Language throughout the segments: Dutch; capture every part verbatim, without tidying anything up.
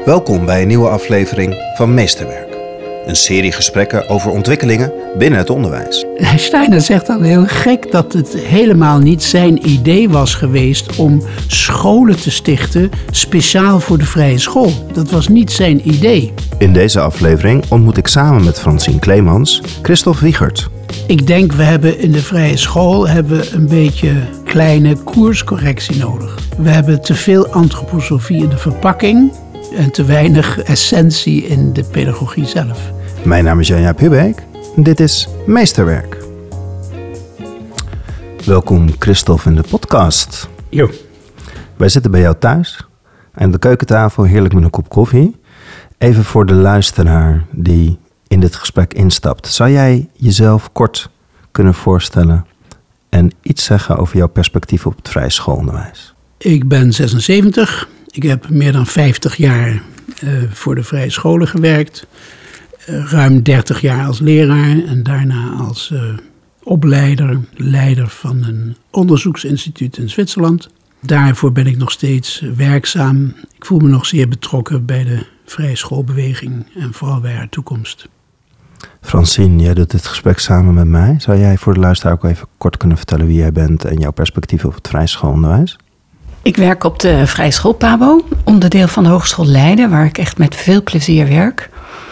Welkom bij een nieuwe aflevering van Meesterwerk. Een serie gesprekken over ontwikkelingen binnen het onderwijs. Steiner zegt dan heel gek dat het helemaal niet zijn idee was geweest om scholen te stichten speciaal voor de vrije school. Dat was niet zijn idee. In deze aflevering ontmoet ik samen met Francine Kleemans Christophe Wiegert. Ik denk, we hebben in de vrije school hebben we een beetje kleine koerscorrectie nodig. We hebben te veel antroposofie in de verpakking en te weinig essentie in de pedagogie zelf. Mijn naam is Jan-Jaap Hubeek en dit is Meesterwerk. Welkom Christophe in de podcast. Jo. Wij zitten bij jou thuis aan de keukentafel, heerlijk met een kop koffie. Even voor de luisteraar die in dit gesprek instapt. Zou jij jezelf kort kunnen voorstellen en iets zeggen over jouw perspectief op het vrije schoolonderwijs? Ik ben zesenzeventig. Ik heb meer dan vijftig jaar uh, voor de vrije scholen gewerkt. Uh, ruim dertig jaar als leraar en daarna als uh, opleider, leider van een onderzoeksinstituut in Zwitserland. Daarvoor ben ik nog steeds werkzaam. Ik voel me nog zeer betrokken bij de vrije schoolbeweging en vooral bij haar toekomst. Francine, jij doet dit gesprek samen met mij. Zou jij voor de luisteraar ook even kort kunnen vertellen wie jij bent en jouw perspectief op het vrije schoolonderwijs? Ik werk op de Vrije School Pabo, onderdeel van de Hogeschool Leiden, waar ik echt met veel plezier werk.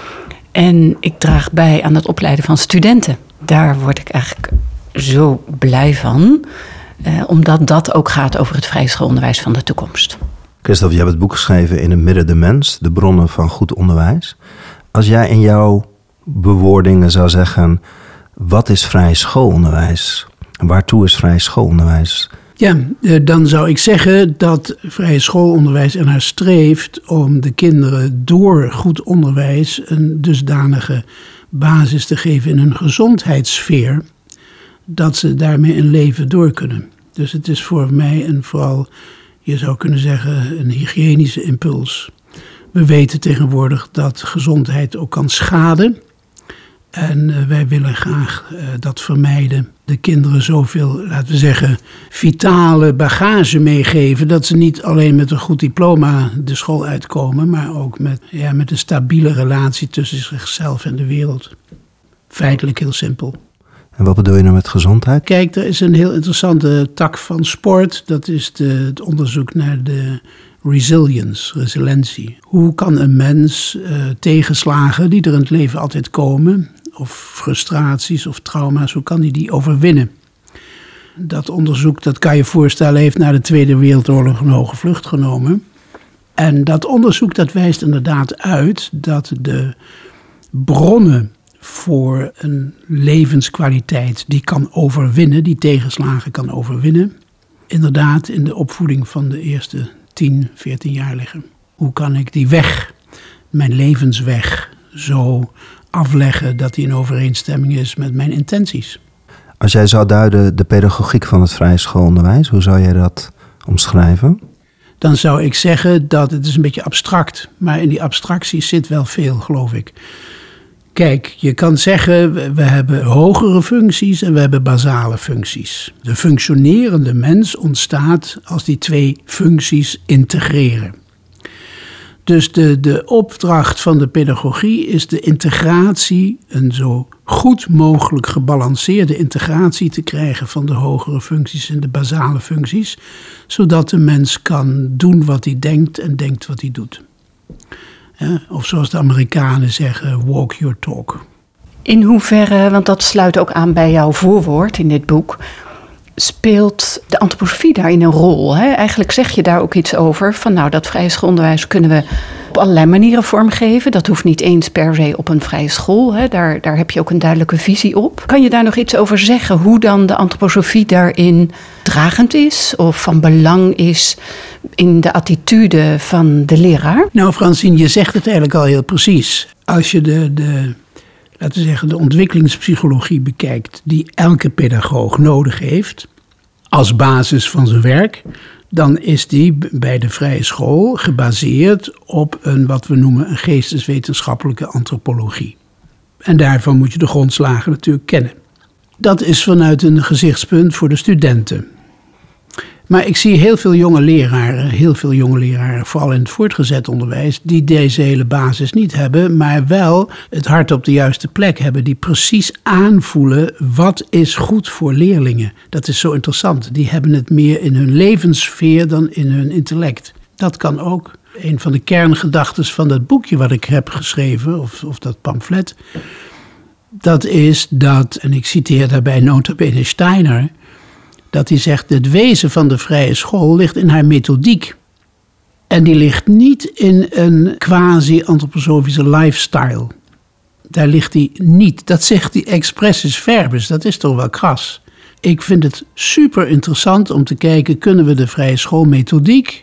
En ik draag bij aan het opleiden van studenten. Daar word ik eigenlijk zo blij van, eh, omdat dat ook gaat over het vrije schoolonderwijs van de toekomst. Christophe, je hebt het boek geschreven In het midden de mens, de bronnen van goed onderwijs. Als jij in jouw bewoordingen zou zeggen, wat is vrije schoolonderwijs? Waartoe is vrije schoolonderwijs? Ja, dan zou ik zeggen dat vrije schoolonderwijs ernaar streeft om de kinderen door goed onderwijs een dusdanige basis te geven in hun gezondheidssfeer, dat ze daarmee een leven door kunnen. Dus het is voor mij een vooral, je zou kunnen zeggen, een hygiënische impuls. We weten tegenwoordig dat gezondheid ook kan schaden. En uh, wij willen graag uh, dat vermijden. De kinderen zoveel, laten we zeggen, vitale bagage meegeven, dat ze niet alleen met een goed diploma de school uitkomen, maar ook met, ja, met een stabiele relatie tussen zichzelf en de wereld. Feitelijk heel simpel. En wat bedoel je nou met gezondheid? Kijk, er is een heel interessante tak van sport. Dat is de, het onderzoek naar de resilience, resilientie. Hoe kan een mens uh, tegenslagen die er in het leven altijd komen, of frustraties of trauma's, hoe kan hij die overwinnen? Dat onderzoek, dat kan je voorstellen, heeft na de Tweede Wereldoorlog een hoge vlucht genomen. En dat onderzoek dat wijst inderdaad uit dat de bronnen voor een levenskwaliteit die kan overwinnen, die tegenslagen kan overwinnen, inderdaad in de opvoeding van de eerste tien, veertien jaar liggen. Hoe kan ik die weg, mijn levensweg, zo afleggen dat die in overeenstemming is met mijn intenties? Als jij zou duiden de pedagogiek van het vrije schoolonderwijs, hoe zou jij dat omschrijven? Dan zou ik zeggen dat het is een beetje abstract, maar in die abstractie zit wel veel, geloof ik. Kijk, je kan zeggen, we hebben hogere functies en we hebben basale functies. De functionerende mens ontstaat als die twee functies integreren. Dus de, de opdracht van de pedagogie is de integratie, een zo goed mogelijk gebalanceerde integratie te krijgen van de hogere functies en de basale functies, zodat de mens kan doen wat hij denkt en denkt wat hij doet. Ja, of zoals de Amerikanen zeggen, walk your talk. In hoeverre, want dat sluit ook aan bij jouw voorwoord in dit boek, speelt de antroposofie daarin een rol? Hè? Eigenlijk zeg je daar ook iets over van nou, dat vrije schoolonderwijs kunnen we op allerlei manieren vormgeven. Dat hoeft niet eens per se op een vrije school. Hè? Daar, daar heb je ook een duidelijke visie op. Kan je daar nog iets over zeggen? Hoe dan de antroposofie daarin dragend is of van belang is in de attitude van de leraar? Nou, Francine, je zegt het eigenlijk al heel precies. Als je de, de, laten we zeggen, de ontwikkelingspsychologie bekijkt die elke pedagoog nodig heeft als basis van zijn werk, dan is die bij de vrije school gebaseerd op een wat we noemen een geesteswetenschappelijke antropologie. En daarvan moet je de grondslagen natuurlijk kennen. Dat is vanuit een gezichtspunt voor de studenten. Maar ik zie heel veel jonge leraren, heel veel jonge leraren, vooral in het voortgezet onderwijs, die deze hele basis niet hebben, maar wel het hart op de juiste plek hebben. Die precies aanvoelen wat is goed voor leerlingen. Dat is zo interessant. Die hebben het meer in hun levenssfeer dan in hun intellect. Dat kan ook. Een van de kerngedachten van dat boekje wat ik heb geschreven, of, of dat pamflet, dat is dat, en ik citeer daarbij nota bene Steiner, dat hij zegt, het wezen van de vrije school ligt in haar methodiek. En die ligt niet in een quasi-antroposofische lifestyle. Daar ligt die niet. Dat zegt die expressis verbis, dat is toch wel kras. Ik vind het super interessant om te kijken, kunnen we de vrije schoolmethodiek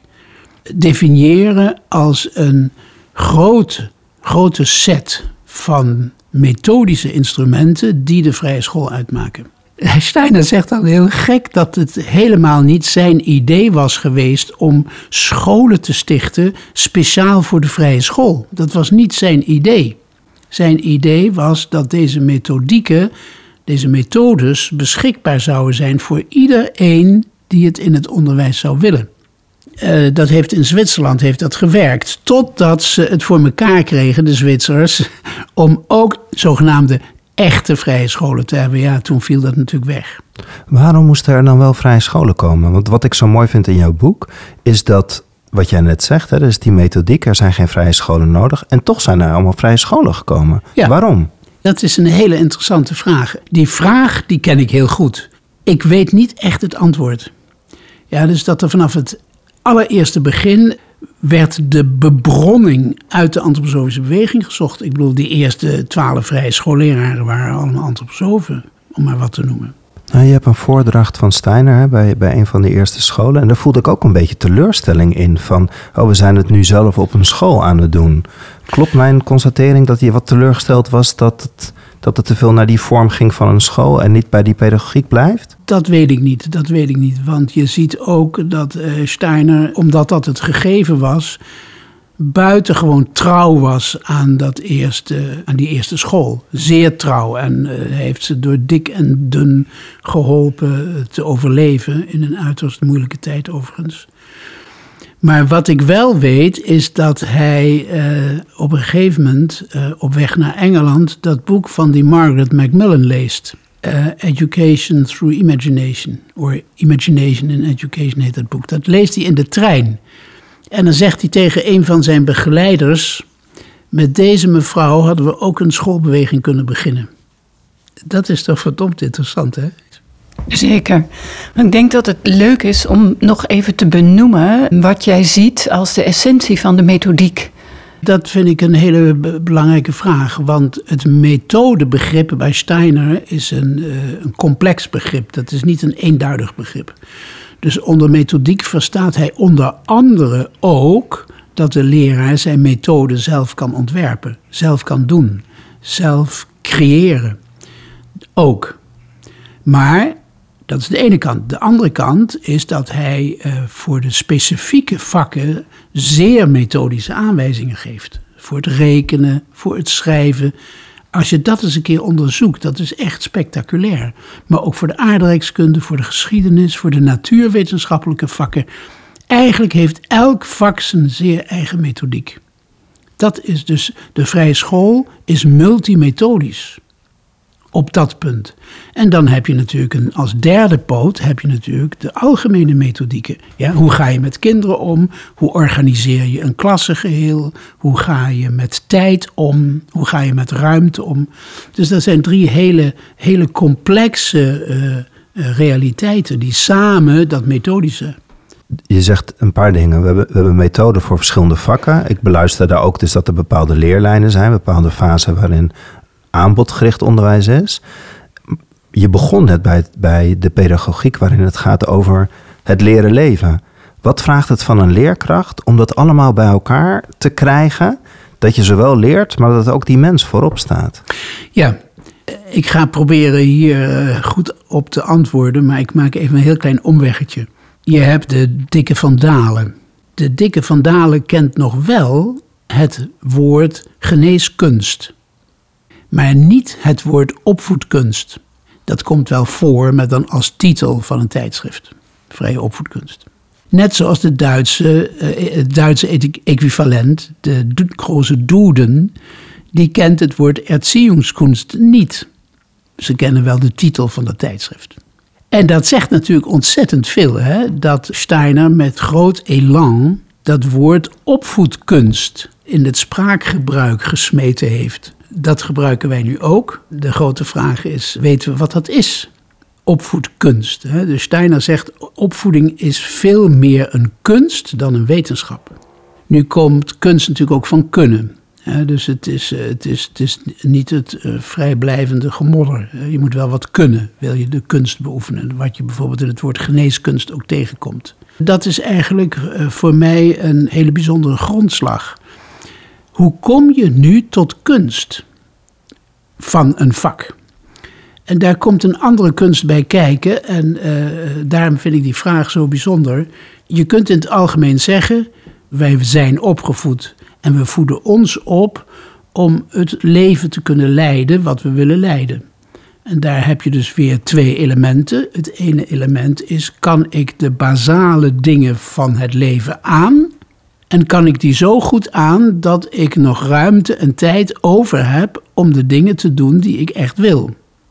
definiëren als een grote, grote set van methodische instrumenten die de vrije school uitmaken. Steiner zegt dan heel gek dat het helemaal niet zijn idee was geweest om scholen te stichten speciaal voor de vrije school. Dat was niet zijn idee. Zijn idee was dat deze methodieken, deze methodes beschikbaar zouden zijn voor iedereen die het in het onderwijs zou willen. Uh, dat heeft in Zwitserland heeft dat gewerkt. Totdat ze het voor elkaar kregen, de Zwitsers, om ook zogenaamde echte vrije scholen te hebben. Ja, toen viel dat natuurlijk weg. Waarom moesten er dan wel vrije scholen komen? Want wat ik zo mooi vind in jouw boek, is dat, wat jij net zegt, hè, dus die methodiek, er zijn geen vrije scholen nodig. En toch zijn er allemaal vrije scholen gekomen. Ja, waarom? Dat is een hele interessante vraag. Die vraag, die ken ik heel goed. Ik weet niet echt het antwoord. Ja, dus dat er vanaf het allereerste begin werd de bebronning uit de antroposofische beweging gezocht. Ik bedoel, die eerste twaalf vrije schoolleraren waren allemaal antroposofen, om maar wat te noemen. Nou, je hebt een voordracht van Steiner hè, bij, bij een van de eerste scholen. En daar voelde ik ook een beetje teleurstelling in. Van, oh, we zijn het nu zelf op een school aan het doen. Klopt mijn constatering dat hij wat teleurgesteld was dat het, dat het te veel naar die vorm ging van een school en niet bij die pedagogiek blijft? Dat weet ik niet, dat weet ik niet. Want je ziet ook dat uh, Steiner, omdat dat het gegeven was, buitengewoon trouw was aan, dat eerste, aan die eerste school. Zeer trouw. En uh, heeft ze door dik en dun geholpen te overleven. In een uiterst moeilijke tijd overigens. Maar wat ik wel weet is dat hij uh, op een gegeven moment uh, op weg naar Engeland dat boek van die Margaret Macmillan leest. Uh, Education Through Imagination. Of Imagination in Education heet dat boek. Dat leest hij in de trein. En dan zegt hij tegen een van zijn begeleiders, met deze mevrouw hadden we ook een schoolbeweging kunnen beginnen. Dat is toch verdomd interessant, hè? Zeker. Ik denk dat het leuk is om nog even te benoemen wat jij ziet als de essentie van de methodiek. Dat vind ik een hele be- belangrijke vraag. Want het methodebegrip bij Steiner is een, uh, een complex begrip. Dat is niet een eenduidig begrip. Dus onder methodiek verstaat hij onder andere ook dat de leraar zijn methode zelf kan ontwerpen. Zelf kan doen. Zelf creëren. Ook. Maar dat is de ene kant. De andere kant is dat hij uh, voor de specifieke vakken zeer methodische aanwijzingen geeft. Voor het rekenen, voor het schrijven. Als je dat eens een keer onderzoekt, dat is echt spectaculair. Maar ook voor de aardrijkskunde, voor de geschiedenis, voor de natuurwetenschappelijke vakken. Eigenlijk heeft elk vak zijn zeer eigen methodiek. Dat is dus, de vrije school is multimethodisch. Op dat punt. En dan heb je natuurlijk een, als derde poot heb je natuurlijk de algemene methodieken. Ja, hoe ga je met kinderen om? Hoe organiseer je een klassengeheel? Hoe ga je met tijd om? Hoe ga je met ruimte om? Dus dat zijn drie hele, hele complexe uh, realiteiten die samen dat methodische. Je zegt een paar dingen. We hebben, we hebben methoden voor verschillende vakken. Ik beluister daar ook dus dat er bepaalde leerlijnen zijn, bepaalde fasen waarin aanbodgericht onderwijs is. Je begon net bij, bij de pedagogiek waarin het gaat over het leren leven. Wat vraagt het van een leerkracht om dat allemaal bij elkaar te krijgen? Dat je zowel leert, maar dat ook die mens voorop staat. Ja, ik ga proberen hier goed op te antwoorden, maar ik maak even een heel klein omweggetje. Je hebt de dikke Van Dalen. De dikke Van Dalen kent nog wel het woord geneeskunst. Maar niet het woord opvoedkunst. Dat komt wel voor, maar dan als titel van een tijdschrift. vrije opvoedkunst. Net zoals de Duitse, uh, het Duitse equivalent, de grote Duden, die kent het woord Erziehungskunst niet. Ze kennen wel de titel van dat tijdschrift. En dat zegt natuurlijk ontzettend veel, hè? Dat Steiner met groot elan dat woord opvoedkunst in het spraakgebruik gesmeten heeft. Dat gebruiken wij nu ook. De grote vraag is, weten we wat dat is? Opvoedkunst. Hè? Dus Steiner zegt, opvoeding is veel meer een kunst dan een wetenschap. Nu komt kunst natuurlijk ook van kunnen. Hè? Dus het is, het, is, het is niet het uh, vrijblijvende gemodder. Je moet wel wat kunnen, wil je de kunst beoefenen. Wat je bijvoorbeeld in het woord geneeskunst ook tegenkomt. Dat is eigenlijk uh, voor mij een hele bijzondere grondslag. Hoe kom je nu tot kunst van een vak? En daar komt een andere kunst bij kijken. En uh, daarom vind ik die vraag zo bijzonder. Je kunt in het algemeen zeggen, wij zijn opgevoed en we voeden ons op om het leven te kunnen leiden wat we willen leiden. En daar heb je dus weer twee elementen. Het ene element is, kan ik de basale dingen van het leven aan? En kan ik die zo goed aan dat ik nog ruimte en tijd over heb om de dingen te doen die ik echt wil?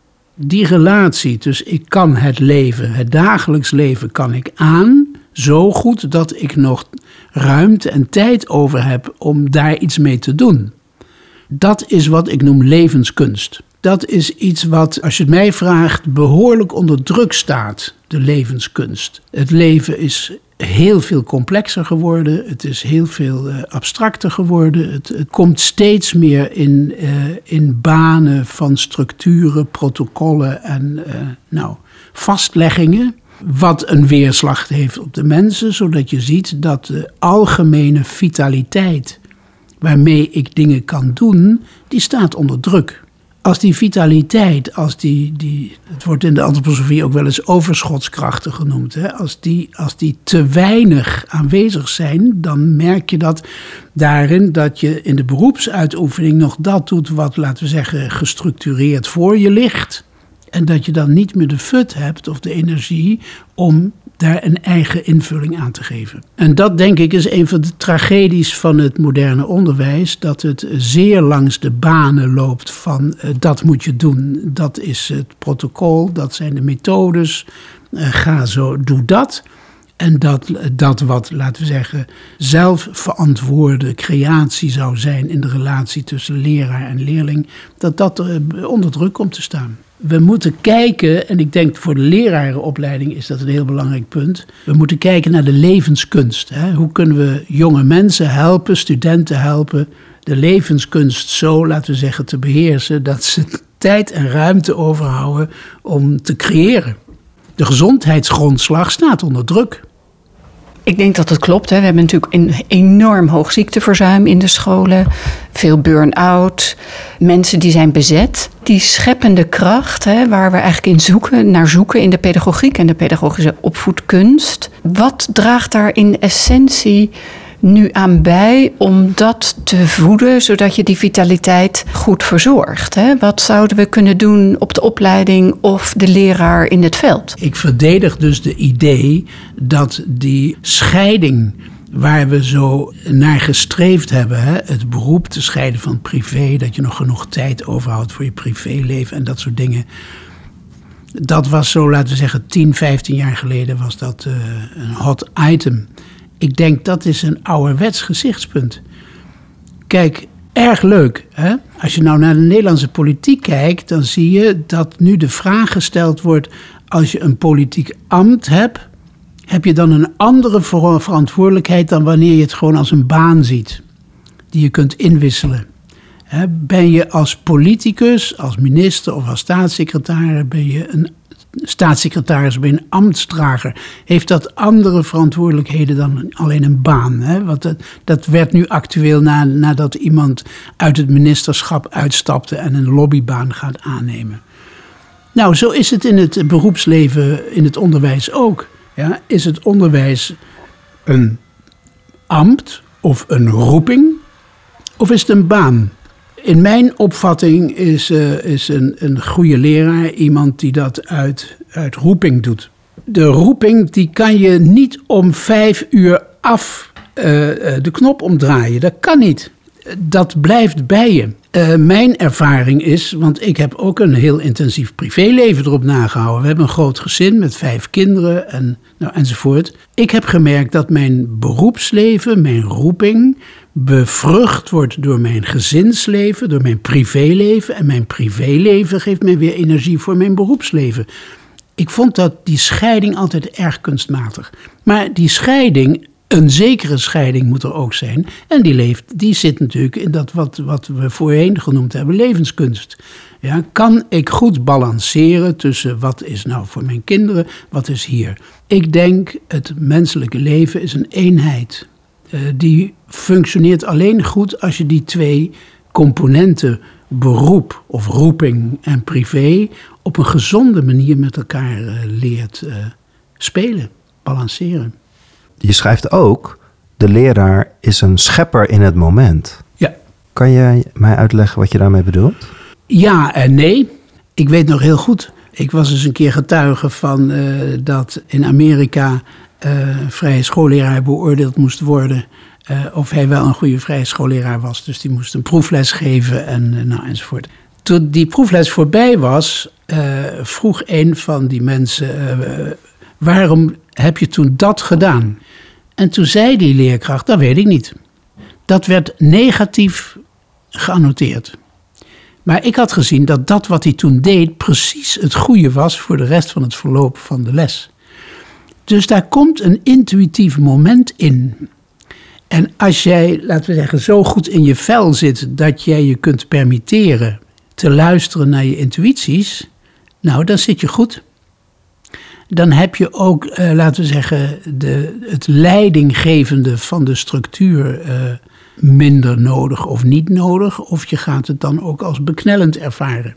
Die relatie, dus ik kan het leven, het dagelijks leven kan ik aan, zo goed dat ik nog ruimte en tijd over heb om daar iets mee te doen. Dat is wat ik noem levenskunst. Dat is iets wat, als je het mij vraagt, behoorlijk onder druk staat, de levenskunst. Het leven is heel veel complexer geworden. Het is heel veel uh, abstracter geworden. Het, het komt steeds meer in, uh, in banen van structuren, protocollen en uh, nou, vastleggingen. Wat een weerslag heeft op de mensen, zodat je ziet dat de algemene vitaliteit waarmee ik dingen kan doen, die staat onder druk. Als die vitaliteit, als die, die, het wordt in de antroposofie ook wel eens overschotskrachten genoemd. Hè? Als, die, als die te weinig aanwezig zijn, dan merk je dat daarin dat je in de beroepsuitoefening nog dat doet wat, laten we zeggen, gestructureerd voor je ligt. En dat je dan niet meer de fut hebt of de energie om daar een eigen invulling aan te geven. En dat, denk ik, is een van de tragedies van het moderne onderwijs. Dat het zeer langs de banen loopt van uh, dat moet je doen. Dat is het protocol, dat zijn de methodes. Uh, ga zo, doe dat. En dat, dat wat, laten we zeggen, zelfverantwoorde creatie zou zijn in de relatie tussen leraar en leerling, dat dat uh, onder druk komt te staan. We moeten kijken, en ik denk voor de lerarenopleiding is dat een heel belangrijk punt. We moeten kijken naar de levenskunst. Hè? Hoe kunnen we jonge mensen helpen, studenten helpen, de levenskunst zo, laten we zeggen, te beheersen, dat ze tijd en ruimte overhouden om te creëren. De gezondheidsgrondslag staat onder druk. Ik denk dat het klopt. Hè. We hebben natuurlijk een enorm hoog ziekteverzuim in de scholen. Veel burn-out. Mensen die zijn bezet. Die scheppende kracht, hè, waar we eigenlijk in zoeken, naar zoeken in de pedagogiek en de pedagogische opvoedkunst. Wat draagt daar in essentie nu aan bij om dat te voeden, zodat je die vitaliteit goed verzorgt? Hè? Wat zouden we kunnen doen op de opleiding of de leraar in het veld? Ik verdedig dus de idee dat die scheiding waar we zo naar gestreefd hebben, hè, het beroep te scheiden van het privé, dat je nog genoeg tijd overhoudt voor je privéleven en dat soort dingen. Dat was zo, laten we zeggen, tien, vijftien jaar geleden was dat uh, een hot item. Ik denk dat is een ouderwets gezichtspunt. Kijk, erg leuk. Hè? Als je nou naar de Nederlandse politiek kijkt, dan zie je dat nu de vraag gesteld wordt, als je een politiek ambt hebt, heb je dan een andere verantwoordelijkheid dan wanneer je het gewoon als een baan ziet, die je kunt inwisselen. Hè? Ben je als politicus, als minister of als staatssecretaris, ben je een staatssecretaris, ben je een ambtsdrager, heeft dat andere verantwoordelijkheden dan alleen een baan. Hè? Want dat, dat werd nu actueel na, nadat iemand uit het ministerschap uitstapte en een lobbybaan gaat aannemen. Nou, zo is het in het beroepsleven, in het onderwijs ook. Ja? Is het onderwijs een ambt of een roeping of is het een baan? In mijn opvatting is, uh, is een, een goede leraar iemand die dat uit, uit roeping doet. De roeping die kan je niet om vijf uur af uh, de knop omdraaien. Dat kan niet. Dat blijft bij je. Uh, mijn ervaring is, want ik heb ook een heel intensief privéleven erop nagehouden. We hebben een groot gezin met vijf kinderen en, nou, enzovoort. Ik heb gemerkt dat mijn beroepsleven, mijn roeping, bevrucht wordt door mijn gezinsleven, door mijn privéleven. En mijn privéleven geeft mij weer energie voor mijn beroepsleven. Ik vond dat die scheiding altijd erg kunstmatig. Maar die scheiding, een zekere scheiding moet er ook zijn. En die, leeft, die zit natuurlijk in dat wat, wat we voorheen genoemd hebben, levenskunst. Ja, kan ik goed balanceren tussen wat is nou voor mijn kinderen, wat is hier? Ik denk, het menselijke leven is een eenheid. Uh, die functioneert alleen goed als je die twee componenten, beroep of roeping en privé, op een gezonde manier met elkaar uh, leert uh, spelen, balanceren. Je schrijft ook, de leraar is een schepper in het moment. Ja. Kan jij mij uitleggen wat je daarmee bedoelt? Ja en nee. Ik weet nog heel goed, ik was eens een keer getuige van uh, dat in Amerika uh, vrije schoolleraar beoordeeld moest worden. Uh, of hij wel een goede vrije schoolleraar was. Dus die moest een proefles geven en uh, nou, enzovoort. Toen die proefles voorbij was, uh, vroeg een van die mensen, Uh, waarom heb je toen dat gedaan? En toen zei die leerkracht, dat weet ik niet. Dat werd negatief geannoteerd. Maar ik had gezien dat dat wat hij toen deed precies het goede was voor de rest van het verloop van de les. Dus daar komt een intuïtief moment in. En als jij, laten we zeggen, zo goed in je vel zit dat jij je kunt permitteren te luisteren naar je intuïties, nou, dan zit je goed. Dan heb je ook, uh, laten we zeggen, de, het leidinggevende van de structuur uh, minder nodig of niet nodig. Of je gaat het dan ook als beknellend ervaren.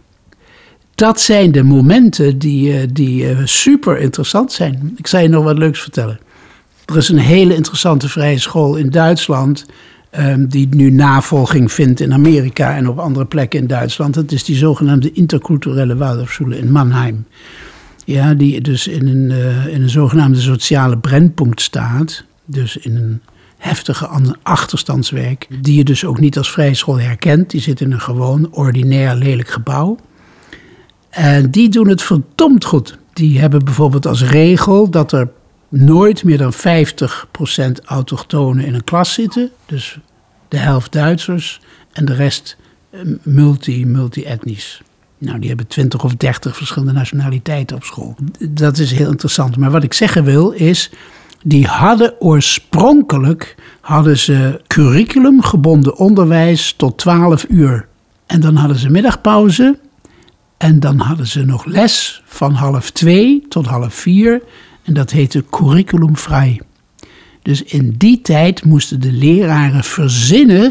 Dat zijn de momenten die, uh, die uh, super interessant zijn. Ik zal je nog wat leuks vertellen. Er is een hele interessante vrije school in Duitsland, Um, die nu navolging vindt in Amerika en op andere plekken in Duitsland. Dat is die zogenaamde interculturele Waldorfschule in Mannheim. Ja, die dus in een, uh, in een zogenaamde sociale brandpunt staat. Dus in een heftige achterstandswerk. Die je dus ook niet als vrije school herkent. Die zit in een gewoon, ordinair, lelijk gebouw. En die doen het verdomd goed. Die hebben bijvoorbeeld als regel dat er nooit meer dan vijftig procent autochtonen in een klas zitten. Dus de helft Duitsers en de rest multi, multi-etnisch. Nou, die hebben twintig of dertig verschillende nationaliteiten op school. Dat is heel interessant. Maar wat ik zeggen wil is, die hadden oorspronkelijk hadden ze curriculumgebonden onderwijs tot twaalf uur. En dan hadden ze middagpauze. En dan hadden ze nog les van half twee tot half vier. En dat heette curriculumvrij. Dus in die tijd moesten de leraren verzinnen,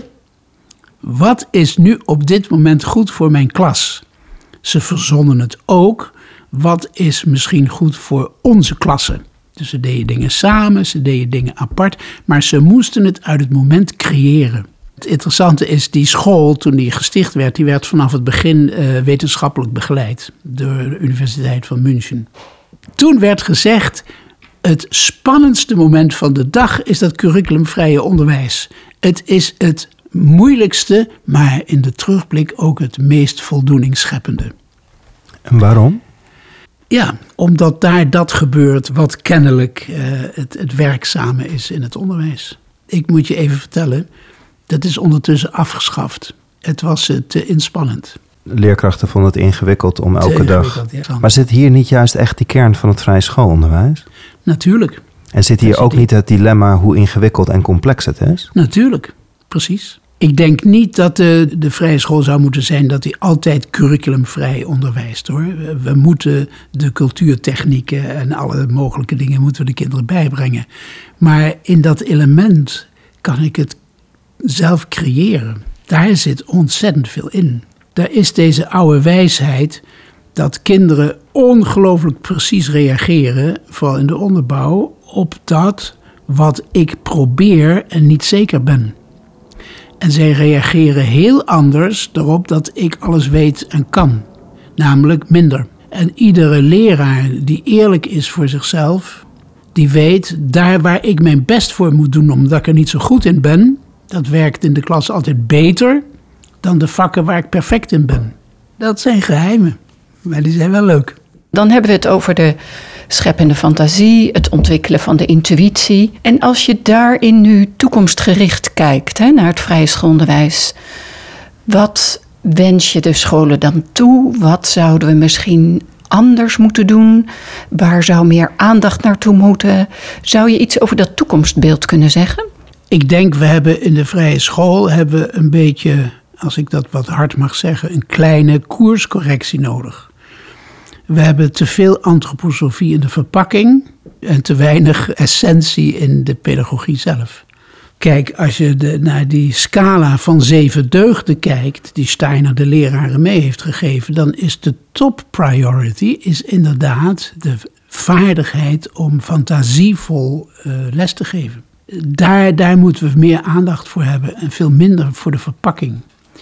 wat is nu op dit moment goed voor mijn klas? Ze verzonnen het ook, wat is misschien goed voor onze klasse? Dus ze deden dingen samen, ze deden dingen apart, maar ze moesten het uit het moment creëren. Het interessante is, die school, toen die gesticht werd, die werd vanaf het begin uh, wetenschappelijk begeleid door de Universiteit van München. Toen werd gezegd, het spannendste moment van de dag is dat curriculumvrije onderwijs. Het is het moeilijkste, maar in de terugblik ook het meest voldoeningsscheppende. En waarom? Ja, omdat daar dat gebeurt wat kennelijk uh, het, het werkzame is in het onderwijs. Ik moet je even vertellen, dat is ondertussen afgeschaft. Het was uh, te inspannend. Leerkrachten vonden het ingewikkeld om elke dag. Ja. Maar zit hier niet juist echt die kern van het vrije schoolonderwijs? Natuurlijk. En zit hier zit ook die... niet het dilemma hoe ingewikkeld en complex het is? Natuurlijk, precies. Ik denk niet dat de, de vrije school zou moeten zijn dat die altijd curriculumvrij onderwijst, hoor. We moeten de cultuurtechnieken en alle mogelijke dingen moeten we de kinderen bijbrengen. Maar in dat element kan ik het zelf creëren. Daar zit ontzettend veel in. Daar is deze oude wijsheid dat kinderen ongelooflijk precies reageren, vooral in de onderbouw, op dat wat ik probeer en niet zeker ben. En zij reageren heel anders erop dat ik alles weet en kan. Namelijk minder. En iedere leraar die eerlijk is voor zichzelf, die weet, daar waar ik mijn best voor moet doen omdat ik er niet zo goed in ben, dat werkt in de klas altijd beter dan de vakken waar ik perfect in ben. Dat zijn geheimen, maar die zijn wel leuk. Dan hebben we het over de scheppende fantasie, het ontwikkelen van de intuïtie. En als je daarin nu toekomstgericht kijkt, hè, naar het vrije schoolonderwijs, wat wens je de scholen dan toe? Wat zouden we misschien anders moeten doen? Waar zou meer aandacht naartoe moeten? Zou je iets over dat toekomstbeeld kunnen zeggen? Ik denk, we hebben in de vrije school hebben we een beetje, als ik dat wat hard mag zeggen, een kleine koerscorrectie nodig. We hebben te veel antroposofie in de verpakking en te weinig essentie in de pedagogie zelf. Kijk, als je de, naar die scala van zeven deugden kijkt, die Steiner de leraren mee heeft gegeven, dan is de top priority is inderdaad de vaardigheid om fantasievol uh, les te geven. Daar, daar moeten we meer aandacht voor hebben en veel minder voor de verpakking.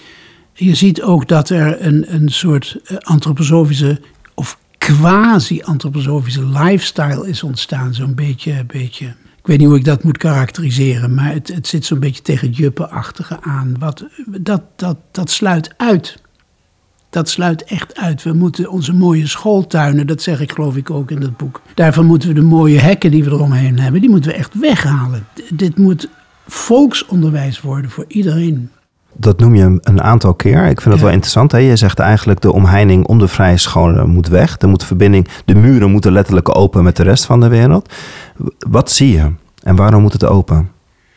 Je ziet ook dat er een, een soort antroposofische of quasi-antroposofische lifestyle is ontstaan. Zo'n beetje, beetje, ik weet niet hoe ik dat moet karakteriseren, maar het, het zit zo'n beetje tegen het juppenachtige aan. Wat, dat, dat, dat sluit uit. Dat sluit echt uit. We moeten onze mooie schooltuinen, dat zeg ik geloof ik ook in dat boek. Daarvan moeten we de mooie hekken die we eromheen hebben, die moeten we echt weghalen. D- dit moet volksonderwijs worden voor iedereen. Dat noem je een aantal keer. Ik vind het ja. wel interessant. Hè? Je zegt eigenlijk de omheining om de vrije scholen moet weg. Er moet verbinding, de muren moeten letterlijk open met de rest van de wereld. Wat zie je en waarom moet het open?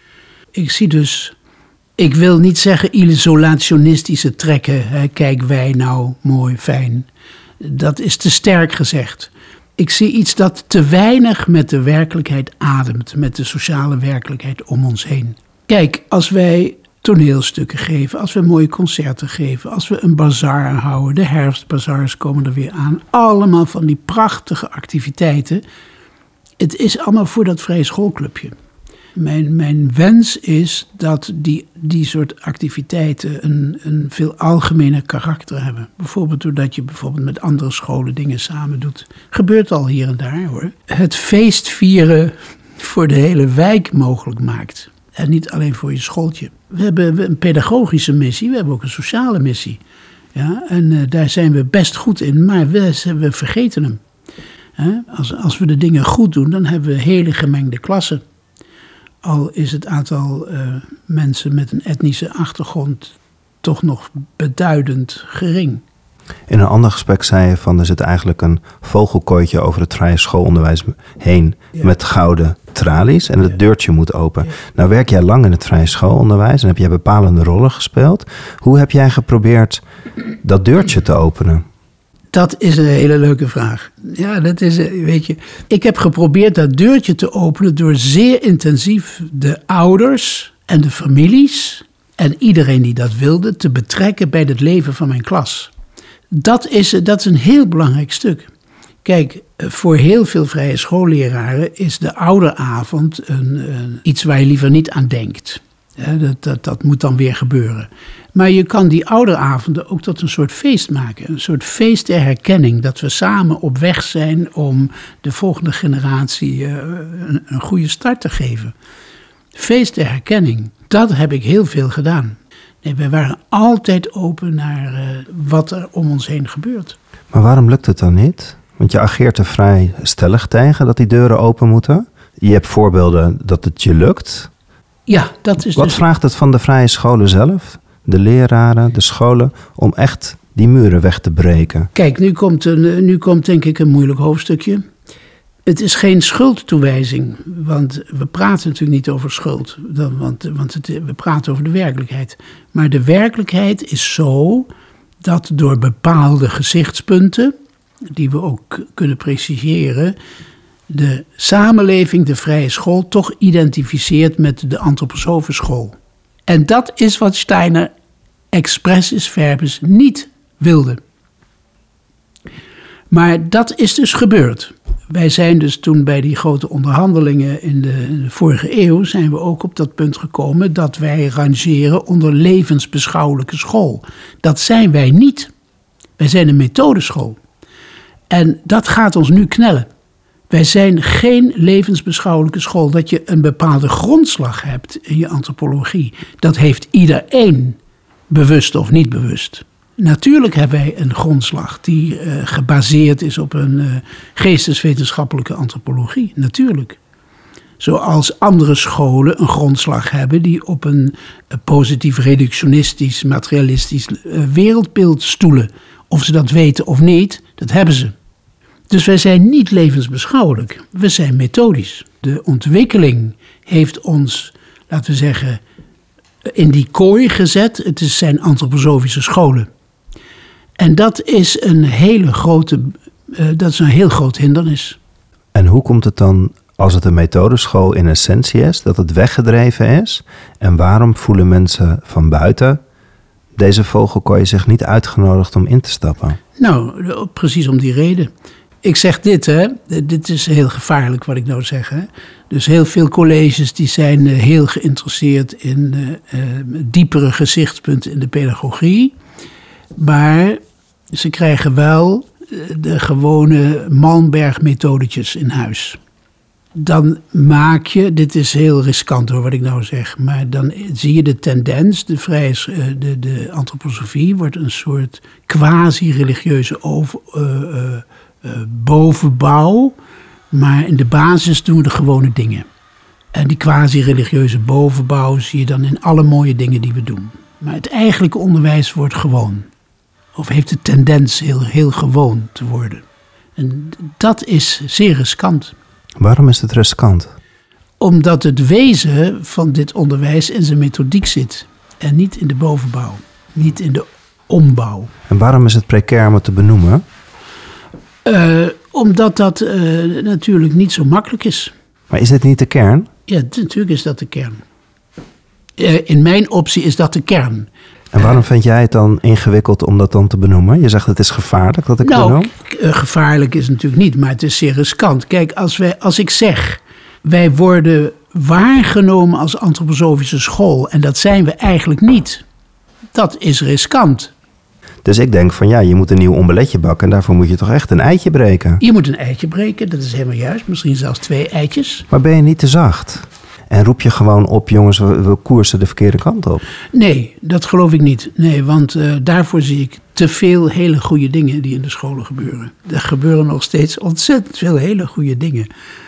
Ik zie dus, ik wil niet zeggen isolationistische trekken. Hè? Kijk wij nou, mooi, fijn. Dat is te sterk gezegd. Ik zie iets dat te weinig met de werkelijkheid ademt. Met de sociale werkelijkheid om ons heen. Kijk, als wij toneelstukken geven, als we mooie concerten geven, als we een bazaar houden, de herfstbazaars komen er weer aan. Allemaal van die prachtige activiteiten. Het is allemaal voor dat vrije schoolclubje. Mijn, mijn wens is dat die, die soort activiteiten een, een veel algemener karakter hebben. Bijvoorbeeld doordat je bijvoorbeeld met andere scholen dingen samen doet. Gebeurt al hier en daar hoor. Het feest vieren voor de hele wijk mogelijk maakt. En niet alleen voor je schooltje. We hebben een pedagogische missie, we hebben ook een sociale missie. Ja, en uh, daar zijn we best goed in, maar we, we vergeten hem. Ja, als, als we de dingen goed doen, dan hebben we hele gemengde klassen. Al is het aantal uh, mensen met een etnische achtergrond toch nog beduidend gering. In een ander gesprek zei je van er zit eigenlijk een vogelkooitje over het vrije schoolonderwijs heen ja. met gouden tralies en het ja. deurtje moet open. Ja. Nou werk jij lang in het vrije schoolonderwijs en heb jij bepalende rollen gespeeld. Hoe heb jij geprobeerd dat deurtje te openen? Dat is een hele leuke vraag. Ja, dat is, weet je, ik heb geprobeerd dat deurtje te openen door zeer intensief de ouders en de families en iedereen die dat wilde te betrekken bij het leven van mijn klas. Dat is, dat is een heel belangrijk stuk. Kijk, voor heel veel vrije schoolleraren is de ouderavond een, een, iets waar je liever niet aan denkt. Ja, dat, dat, dat moet dan weer gebeuren. Maar je kan die ouderavonden ook tot een soort feest maken. Een soort feest der herkenning. Dat we samen op weg zijn om de volgende generatie uh, een, een goede start te geven. Feest der herkenning. Dat heb ik heel veel gedaan. Nee, wij waren altijd open naar uh, wat er om ons heen gebeurt. Maar waarom lukt het dan niet? Want je ageert er vrij stellig tegen dat die deuren open moeten. Je hebt voorbeelden dat het je lukt. Ja, dat is Wat dus... vraagt het van de vrije scholen zelf? De leraren, de scholen, om echt die muren weg te breken? Kijk, nu komt, een, nu komt denk ik een moeilijk hoofdstukje. Het is geen schuldtoewijzing, want we praten natuurlijk niet over schuld. Want, want het, we praten over de werkelijkheid. Maar de werkelijkheid is zo dat door bepaalde gezichtspunten, die we ook kunnen preciseren, de samenleving, de vrije school, toch identificeert met de antroposofenschool. En dat is wat Steiner expressis verbis niet wilde. Maar dat is dus gebeurd. Wij zijn dus toen bij die grote onderhandelingen in de, in de vorige eeuw, zijn we ook op dat punt gekomen dat wij rangeren onder levensbeschouwelijke school. Dat zijn wij niet. Wij zijn een methodeschool. En dat gaat ons nu knellen. Wij zijn geen levensbeschouwelijke school. Dat je een bepaalde grondslag hebt in je antropologie. Dat heeft iedereen, bewust of niet bewust. Natuurlijk hebben wij een grondslag die uh, gebaseerd is op een uh, geesteswetenschappelijke antropologie. Natuurlijk. Zoals andere scholen een grondslag hebben die op een uh, positief reductionistisch, materialistisch uh, wereldbeeld stoelen. Of ze dat weten of niet, dat hebben ze. Dus wij zijn niet levensbeschouwelijk, we zijn methodisch. De ontwikkeling heeft ons, laten we zeggen, in die kooi gezet. Het zijn antroposofische scholen. En dat is een hele grote, uh, dat is een heel groot hindernis. En hoe komt het dan, als het een methodeschool in essentie is, dat het weggedreven is? En waarom voelen mensen van buiten deze vogelkooi zich niet uitgenodigd om in te stappen? Nou, precies om die reden. Ik zeg dit, hè. Dit is heel gevaarlijk wat ik nou zeg. Hè. Dus heel veel colleges die zijn heel geïnteresseerd in uh, uh, diepere gezichtspunten in de pedagogie. Maar ze krijgen wel de gewone Malmberg-methodetjes in huis. Dan maak je, dit is heel riskant hoor wat ik nou zeg, maar dan zie je de tendens, de, vrije, de, de antroposofie wordt een soort quasi-religieuze over, uh, uh, uh, bovenbouw, maar in de basis doen we de gewone dingen. En die quasi-religieuze bovenbouw zie je dan in alle mooie dingen die we doen. Maar het eigenlijke onderwijs wordt gewoon. Of heeft de tendens heel, heel gewoon te worden. En dat is zeer riskant. Waarom is het riskant? Omdat het wezen van dit onderwijs in zijn methodiek zit. En niet in de bovenbouw. Niet in de ombouw. En waarom is het precair om het te benoemen? Uh, omdat dat uh, natuurlijk niet zo makkelijk is. Maar is dit niet de kern? Ja, natuurlijk is dat de kern. Uh, in mijn optie is dat de kern. En waarom vind jij het dan ingewikkeld om dat dan te benoemen? Je zegt het is gevaarlijk dat ik nou, benoem. Nou, gevaarlijk is natuurlijk niet, maar het is zeer riskant. Kijk, als, wij, als ik zeg, wij worden waargenomen als antroposofische school en dat zijn we eigenlijk niet. Dat is riskant. Dus ik denk van ja, je moet een nieuw omeletje bakken en daarvoor moet je toch echt een eitje breken? Je moet een eitje breken, dat is helemaal juist. Misschien zelfs twee eitjes. Maar ben je niet te zacht? En roep je gewoon op, jongens, we, we koersen de verkeerde kant op? Nee, dat geloof ik niet. Nee, want uh, daarvoor zie ik te veel hele goede dingen die in de scholen gebeuren. Er gebeuren nog steeds ontzettend veel hele goede dingen.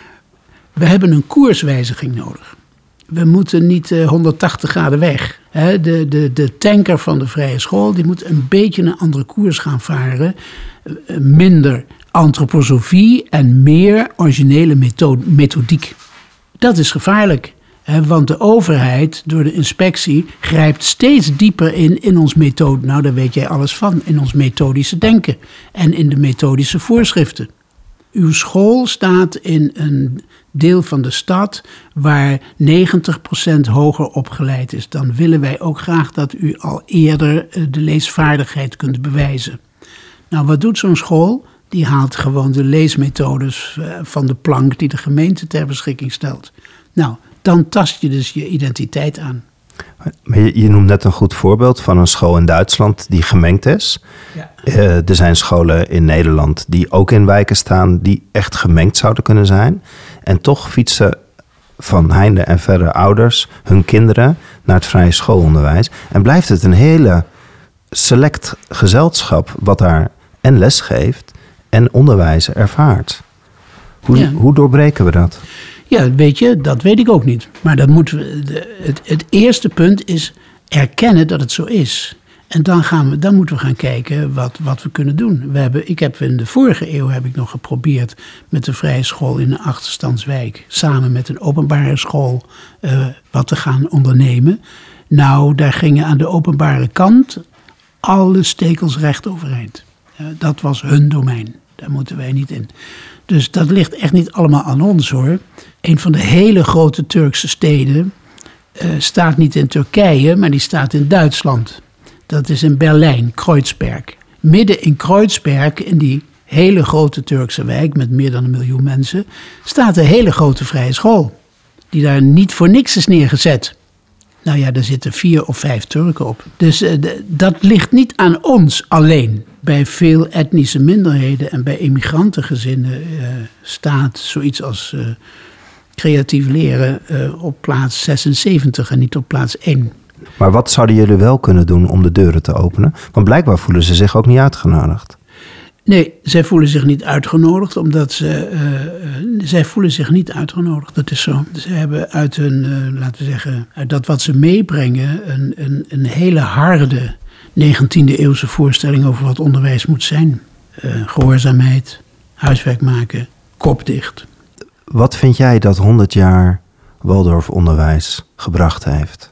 We hebben een koerswijziging nodig. We moeten niet uh, honderdtachtig graden weg. He, de, de, de tanker van de vrije school die moet een beetje een andere koers gaan varen. Uh, minder antroposofie en meer originele methode, methodiek. Dat is gevaarlijk, hè, want de overheid door de inspectie grijpt steeds dieper in in ons methode. Nou, daar weet jij alles van, in ons methodische denken en in de methodische voorschriften. Uw school staat in een deel van de stad waar negentig procent hoger opgeleid is. Dan willen wij ook graag dat u al eerder de leesvaardigheid kunt bewijzen. Nou, wat doet zo'n school? Die haalt gewoon de leesmethodes van de plank die de gemeente ter beschikking stelt. Nou, dan tast je dus je identiteit aan. Maar je, je noemt net een goed voorbeeld van een school in Duitsland die gemengd is. Ja. Uh, er zijn scholen in Nederland die ook in wijken staan die echt gemengd zouden kunnen zijn. En toch fietsen van heinde en verre ouders hun kinderen naar het vrije schoolonderwijs. En blijft het een hele select gezelschap wat daar en les geeft en onderwijs ervaart. Hoe, ja. hoe doorbreken we dat? Ja, weet je, dat weet ik ook niet. Maar dat moeten we, de, het, het eerste punt is erkennen dat het zo is. En dan, gaan we, dan moeten we gaan kijken wat, wat we kunnen doen. We hebben, ik heb in de vorige eeuw heb ik nog geprobeerd met de vrije school in een achterstandswijk, samen met een openbare school, uh, wat te gaan ondernemen. Nou, daar gingen aan de openbare kant alle stekels recht overeind. Uh, dat was hun domein. Daar moeten wij niet in. Dus dat ligt echt niet allemaal aan ons hoor. Een van de hele grote Turkse steden uh, staat niet in Turkije, maar die staat in Duitsland. Dat is in Berlijn, Kreuzberg. Midden in Kreuzberg, in die hele grote Turkse wijk met meer dan een miljoen mensen, staat een hele grote vrije school. Die daar niet voor niks is neergezet. Nou ja, daar zitten vier of vijf Turken op. Dus uh, d- dat ligt niet aan ons alleen. bij veel etnische minderheden en bij immigrantengezinnen uh, staat zoiets als uh, creatief leren uh, op plaats zesenzeventig en niet op plaats één. Maar wat zouden jullie wel kunnen doen om de deuren te openen? Want blijkbaar voelen ze zich ook niet uitgenodigd. Nee, zij voelen zich niet uitgenodigd, omdat ze... Uh, uh, zij voelen zich niet uitgenodigd, dat is zo. Ze hebben uit hun, uh, laten we zeggen, uit dat wat ze meebrengen... een, een, een hele harde negentiende eeuwse voorstelling over wat onderwijs moet zijn. Uh, gehoorzaamheid, huiswerk maken, kop dicht. Wat vind jij dat honderd jaar Waldorfonderwijs gebracht heeft?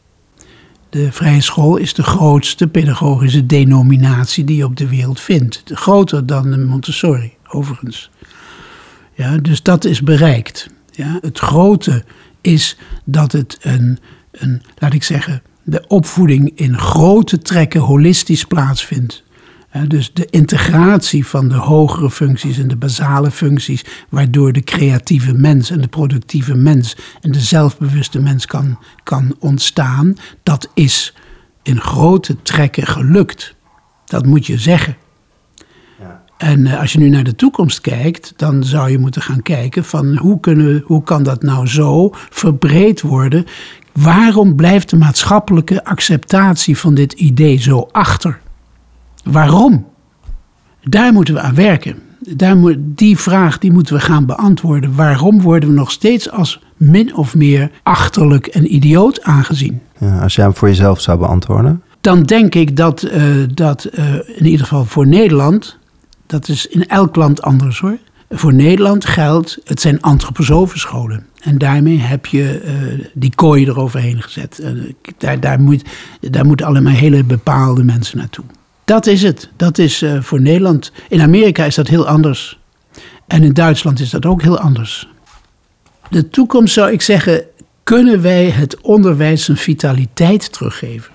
De vrije school is de grootste pedagogische denominatie die je op de wereld vindt. Groter dan de Montessori, overigens. Ja, dus dat is bereikt. Ja, het grote is dat het een, een, laat ik zeggen, de opvoeding in grote trekken holistisch plaatsvindt. Ja, dus de integratie van de hogere functies en de basale functies, waardoor de creatieve mens en de productieve mens en de zelfbewuste mens kan, kan ontstaan, dat is in grote trekken gelukt. Dat moet je zeggen. Ja. En uh, als je nu naar de toekomst kijkt, dan zou je moeten gaan kijken van hoe, kunnen, hoe kan dat nou zo verbreed worden? Waarom blijft de maatschappelijke acceptatie van dit idee zo achter? Waarom? Daar moeten we aan werken. Daar moet, die vraag die moeten we gaan beantwoorden. Waarom worden we nog steeds als min of meer achterlijk en idioot aangezien? Ja, als jij hem voor jezelf zou beantwoorden? Dan denk ik dat, uh, dat uh, in ieder geval voor Nederland... dat is in elk land anders hoor. Voor Nederland geldt, het zijn antroposofenscholen. En daarmee heb je uh, die kooi eroverheen gezet. Uh, daar, daar, moet, daar moeten allemaal hele bepaalde mensen naartoe. Dat is het. Dat is uh, voor Nederland. In Amerika is dat heel anders. En in Duitsland is dat ook heel anders. De toekomst zou ik zeggen, kunnen wij het onderwijs een vitaliteit teruggeven?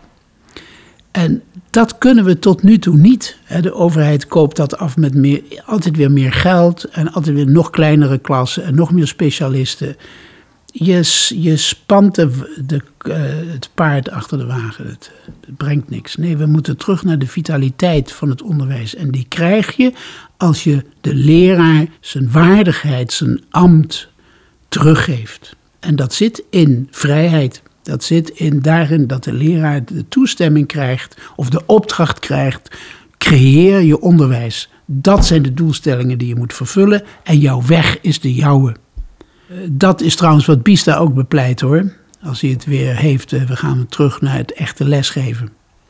En dat kunnen we tot nu toe niet. De overheid koopt dat af met meer, altijd weer meer geld en altijd weer nog kleinere klassen en nog meer specialisten. Je, je spant de, de, uh, het paard achter de wagen. Het, het brengt niks. Nee, we moeten terug naar de vitaliteit van het onderwijs. En die krijg je als je de leraar zijn waardigheid, zijn ambt teruggeeft. En dat zit in vrijheid. Dat zit in daarin dat de leraar de toestemming krijgt of de opdracht krijgt. Creëer je onderwijs. Dat zijn de doelstellingen die je moet vervullen. En jouw weg is de jouwe. Dat is trouwens wat Bista ook bepleit hoor. Als hij het weer heeft, we gaan terug naar het echte lesgeven.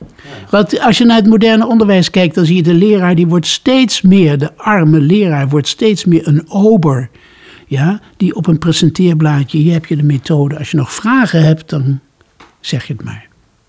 Want als je naar het moderne onderwijs kijkt, dan zie je de leraar, die wordt steeds meer, de arme leraar wordt steeds meer een ober. Ja, die op een presenteerblaadje, hier heb je de methode. Als je nog vragen hebt, dan zeg je het maar.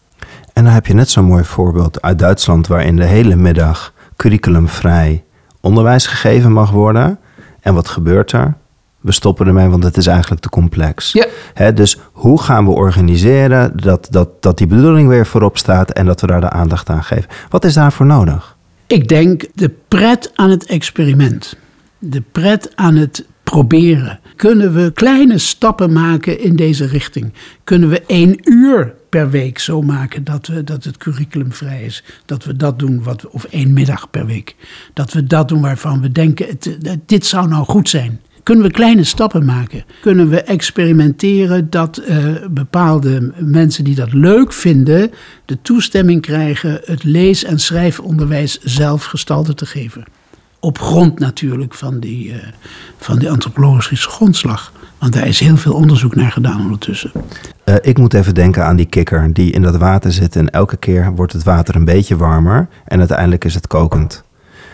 En dan heb je net zo'n mooi voorbeeld uit Duitsland, waarin de hele middag curriculumvrij onderwijs gegeven mag worden. En wat gebeurt er? We stoppen ermee, want het is eigenlijk te complex. Ja. He, dus hoe gaan we organiseren dat, dat, dat die bedoeling weer voorop staat en dat we daar de aandacht aan geven? Wat is daarvoor nodig? Ik denk de pret aan het experiment. De pret aan het proberen. Kunnen we kleine stappen maken in deze richting? Kunnen we één uur per week zo maken dat, we, dat het curriculumvrij is? Dat we dat doen, wat, of één middag per week. Dat we dat doen waarvan we denken, het, dit zou nou goed zijn. Kunnen we kleine stappen maken? Kunnen we experimenteren dat uh, bepaalde mensen die dat leuk vinden de toestemming krijgen het lees- en schrijfonderwijs zelf gestalte te geven? Op grond natuurlijk van die, uh, van die antropologische grondslag. Want daar is heel veel onderzoek naar gedaan ondertussen. Uh, ik moet even denken aan die kikker die in dat water zit en elke keer wordt het water een beetje warmer en uiteindelijk is het kokend.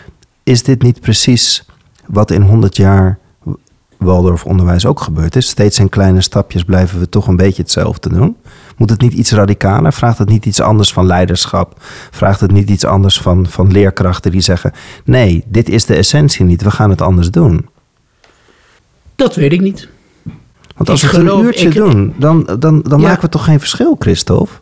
Is dit niet precies wat in honderd jaar Waldorfonderwijs ook gebeurd is? Steeds in kleine stapjes blijven we toch een beetje hetzelfde doen. Moet het niet iets radicaler? Vraagt het niet iets anders van leiderschap? Vraagt het niet iets anders van, van leerkrachten die zeggen, nee, dit is de essentie niet, we gaan het anders doen? Dat weet ik niet. Want als ik we het geloof, een uurtje ik, doen, dan, dan, dan ja, maken we toch geen verschil, Christophe?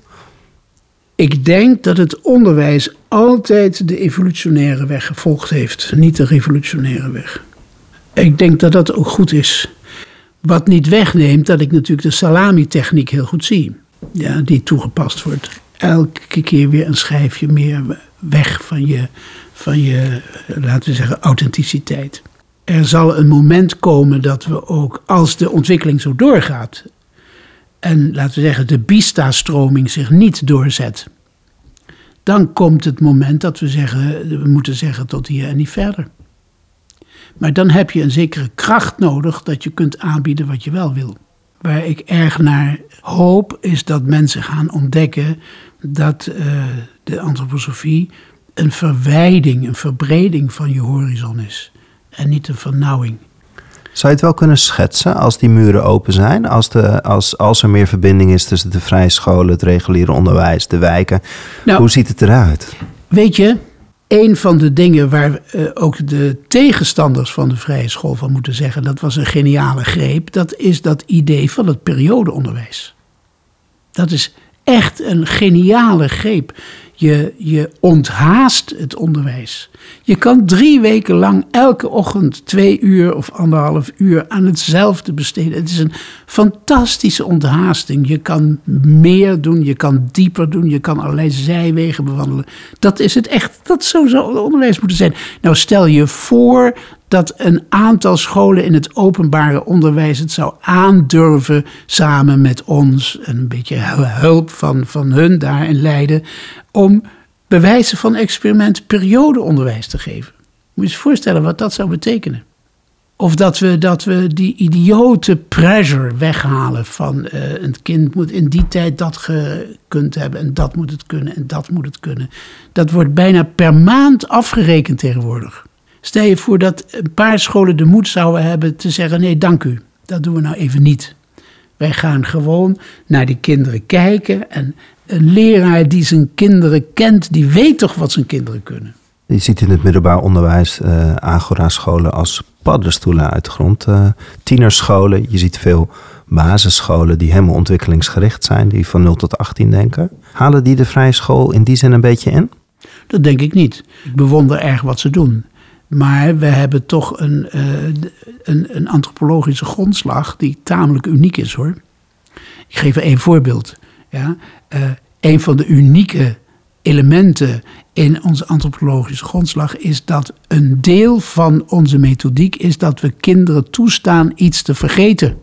Ik denk dat het onderwijs altijd de evolutionaire weg gevolgd heeft, niet de revolutionaire weg. Ik denk dat dat ook goed is. Wat niet wegneemt dat ik natuurlijk de salami-techniek heel goed zie. Ja, die toegepast wordt. Elke keer weer een schijfje meer weg van je, van je, laten we zeggen, authenticiteit. Er zal een moment komen dat we ook, als de ontwikkeling zo doorgaat en laten we zeggen de Bista-stroming zich niet doorzet, dan komt het moment dat we zeggen, we moeten zeggen tot hier en niet verder. Maar dan heb je een zekere kracht nodig dat je kunt aanbieden wat je wel wil. Waar ik erg naar hoop is dat mensen gaan ontdekken dat uh, de antroposofie een verwijding, een verbreding van je horizon is. En niet een vernauwing. Zou je het wel kunnen schetsen als die muren open zijn? Als, de, als, als er meer verbinding is tussen de vrije scholen, het reguliere onderwijs, de wijken. Nou, hoe ziet het eruit? Weet je, een van de dingen waar uh, ook de tegenstanders van de vrije school van moeten zeggen, dat was een geniale greep, dat is dat idee van het periodeonderwijs. Dat is echt een geniale greep. Je, je onthaast het onderwijs. Je kan drie weken lang elke ochtend twee uur of anderhalf uur aan hetzelfde besteden. Het is een fantastische onthaasting. Je kan meer doen, je kan dieper doen, je kan allerlei zijwegen bewandelen. Dat is het echt, dat zou zo onderwijs moeten zijn. Nou, stel je voor dat een aantal scholen in het openbare onderwijs het zou aandurven samen met ons, een beetje hulp van, van hun daar in Leiden, om bewijzen van experiment periodeonderwijs te geven. Moet je je voorstellen wat dat zou betekenen. Of dat we, dat we die idiote pressure weghalen van uh, een kind moet in die tijd dat gekund hebben en dat moet het kunnen en dat moet het kunnen. Dat wordt bijna per maand afgerekend tegenwoordig. Stel je voor dat een paar scholen de moed zouden hebben te zeggen, nee, dank u, dat doen we nou even niet. Wij gaan gewoon naar die kinderen kijken en een leraar die zijn kinderen kent, die weet toch wat zijn kinderen kunnen. Je ziet in het middelbaar onderwijs uh, agora-scholen als paddenstoelen uit de grond. Uh, tienerscholen, je ziet veel basisscholen die helemaal ontwikkelingsgericht zijn, die van nul tot achttien denken. Halen die de vrije school in die zin een beetje in? Dat denk ik niet. Ik bewonder erg wat ze doen. Maar we hebben toch een, uh, een, een antropologische grondslag die tamelijk uniek is, hoor. Ik geef er één voorbeeld. Ja, uh, een van de unieke elementen in onze antropologische grondslag is dat een deel van onze methodiek is dat we kinderen toestaan iets te vergeten.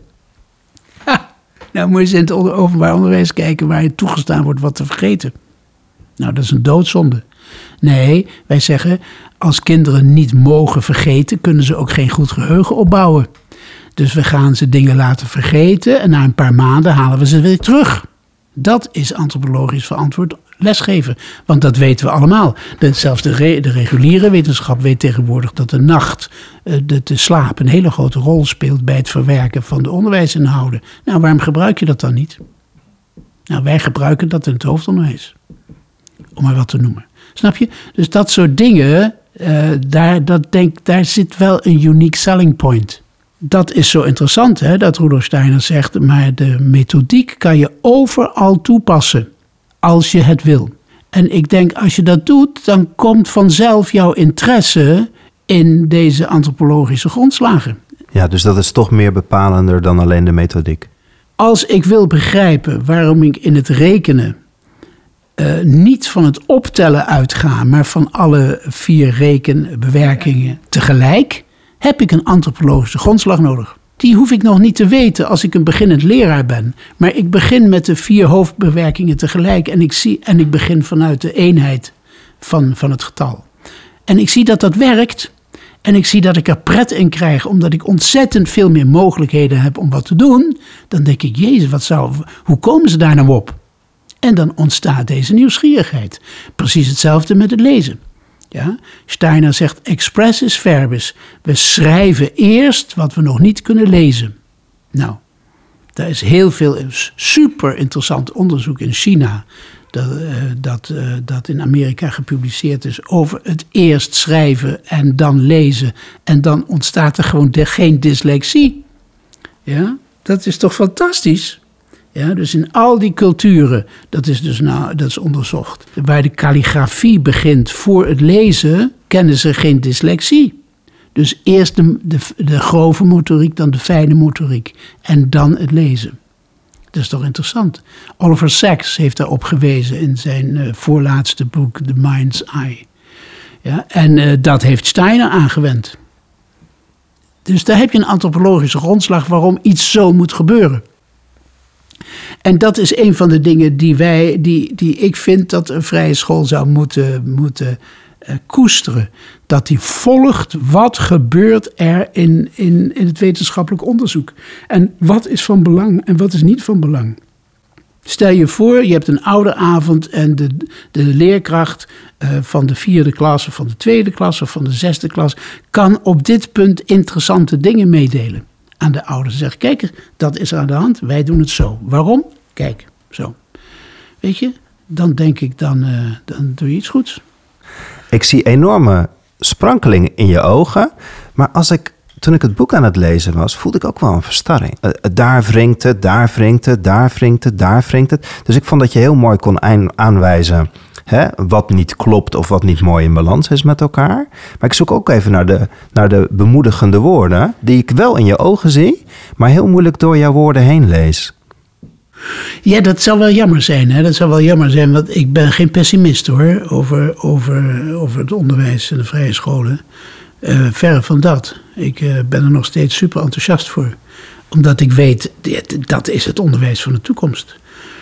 Ha, nou moet je eens in het openbaar onderwijs kijken waar je toegestaan wordt wat te vergeten. Nou, dat is een doodzonde. Nee, wij zeggen, als kinderen niet mogen vergeten, kunnen ze ook geen goed geheugen opbouwen. Dus we gaan ze dingen laten vergeten en na een paar maanden halen we ze weer terug. Dat is antropologisch verantwoord lesgeven, want dat weten we allemaal. De, zelfs de, re, de reguliere wetenschap weet tegenwoordig dat de nacht, de, de slaap, een hele grote rol speelt bij het verwerken van de onderwijsinhouden. Nou, waarom gebruik je dat dan niet? Nou, wij gebruiken dat in het hoofdonderwijs. Om maar wat te noemen. Snap je? Dus dat soort dingen, uh, daar, dat denk, daar zit wel een unique selling point. Dat is zo interessant, hè, dat Rudolf Steiner zegt, maar de methodiek kan je overal toepassen, als je het wil. En ik denk, als je dat doet, dan komt vanzelf jouw interesse in deze antropologische grondslagen. Ja, dus dat is toch meer bepalender dan alleen de methodiek. Als ik wil begrijpen waarom ik in het rekenen Uh, niet van het optellen uitga, maar van alle vier rekenbewerkingen tegelijk, heb ik een antropologische grondslag nodig. Die hoef ik nog niet te weten als ik een beginnend leraar ben. Maar ik begin met de vier hoofdbewerkingen tegelijk en ik, zie, en ik begin vanuit de eenheid van, van het getal. En ik zie dat dat werkt en ik zie dat ik er pret in krijg, omdat ik ontzettend veel meer mogelijkheden heb om wat te doen. Dan denk ik, jezus, wat zou, hoe komen ze daar nou op? En dan ontstaat deze nieuwsgierigheid. Precies hetzelfde met het lezen. Ja? Steiner zegt expressis verbis. We schrijven eerst wat we nog niet kunnen lezen. Nou, daar is heel veel super interessant onderzoek in China. Dat, uh, dat, uh, dat in Amerika gepubliceerd is over het eerst schrijven en dan lezen. En dan ontstaat er gewoon de, geen dyslexie. Ja? Dat is toch fantastisch? Ja, dus in al die culturen, dat is dus nou, dat is onderzocht, waar de kalligrafie begint voor het lezen, kennen ze geen dyslexie. Dus eerst de, de, de grove motoriek, dan de fijne motoriek en dan het lezen. Dat is toch interessant. Oliver Sacks heeft daarop gewezen in zijn uh, voorlaatste boek, The Mind's Eye. Ja, en uh, dat heeft Steiner aangewend. Dus daar heb je een antropologische grondslag waarom iets zo moet gebeuren. En dat is een van de dingen die, wij, die, die ik vind dat een vrije school zou moeten, moeten uh, koesteren. Dat die volgt wat gebeurt er in, in, in het wetenschappelijk onderzoek. En wat is van belang en wat is niet van belang. Stel je voor, je hebt een ouderavond en de, de leerkracht uh, van de vierde klas of van de tweede klas of van de zesde klas kan op dit punt interessante dingen meedelen aan de ouders. Zeggen, kijk, dat is er aan de hand, wij doen het zo. Waarom? Kijk, zo. Weet je, dan denk ik, dan, uh, dan doe je iets goeds. Ik zie enorme sprankelingen in je ogen, maar als ik... Toen ik het boek aan het lezen was, voelde ik ook wel een verstarring. Uh, daar wringt het, daar wringt het, daar wringt het, daar wringt het. Dus ik vond dat je heel mooi kon aanwijzen hè, wat niet klopt of wat niet mooi in balans is met elkaar. Maar ik zoek ook even naar de, naar de bemoedigende woorden, die ik wel in je ogen zie, maar heel moeilijk door jouw woorden heen lees. Ja, dat zou wel jammer zijn. Hè? Dat zou wel jammer zijn, want ik ben geen pessimist hoor, over, over, over het onderwijs en de vrije scholen. Uh, verre van dat. Ik uh, ben er nog steeds super enthousiast voor. Omdat ik weet, dat is het onderwijs van de toekomst.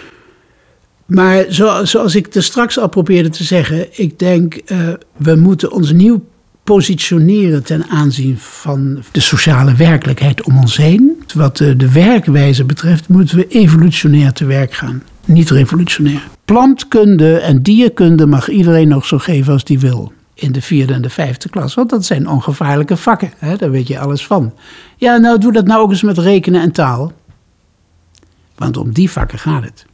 Maar zo, zoals ik er straks al probeerde te zeggen, ik denk, uh, we moeten ons nieuw positioneren ten aanzien van de sociale werkelijkheid om ons heen. Wat uh, de werkwijze betreft, moeten we evolutionair te werk gaan. Niet revolutionair. Plantkunde en dierkunde mag iedereen nog zo geven als die wil. In de vierde en de vijfde klas. Want dat zijn ongevaarlijke vakken. Hè? Daar weet je alles van. Ja, nou doe dat nou ook eens met rekenen en taal. Want om die vakken gaat het.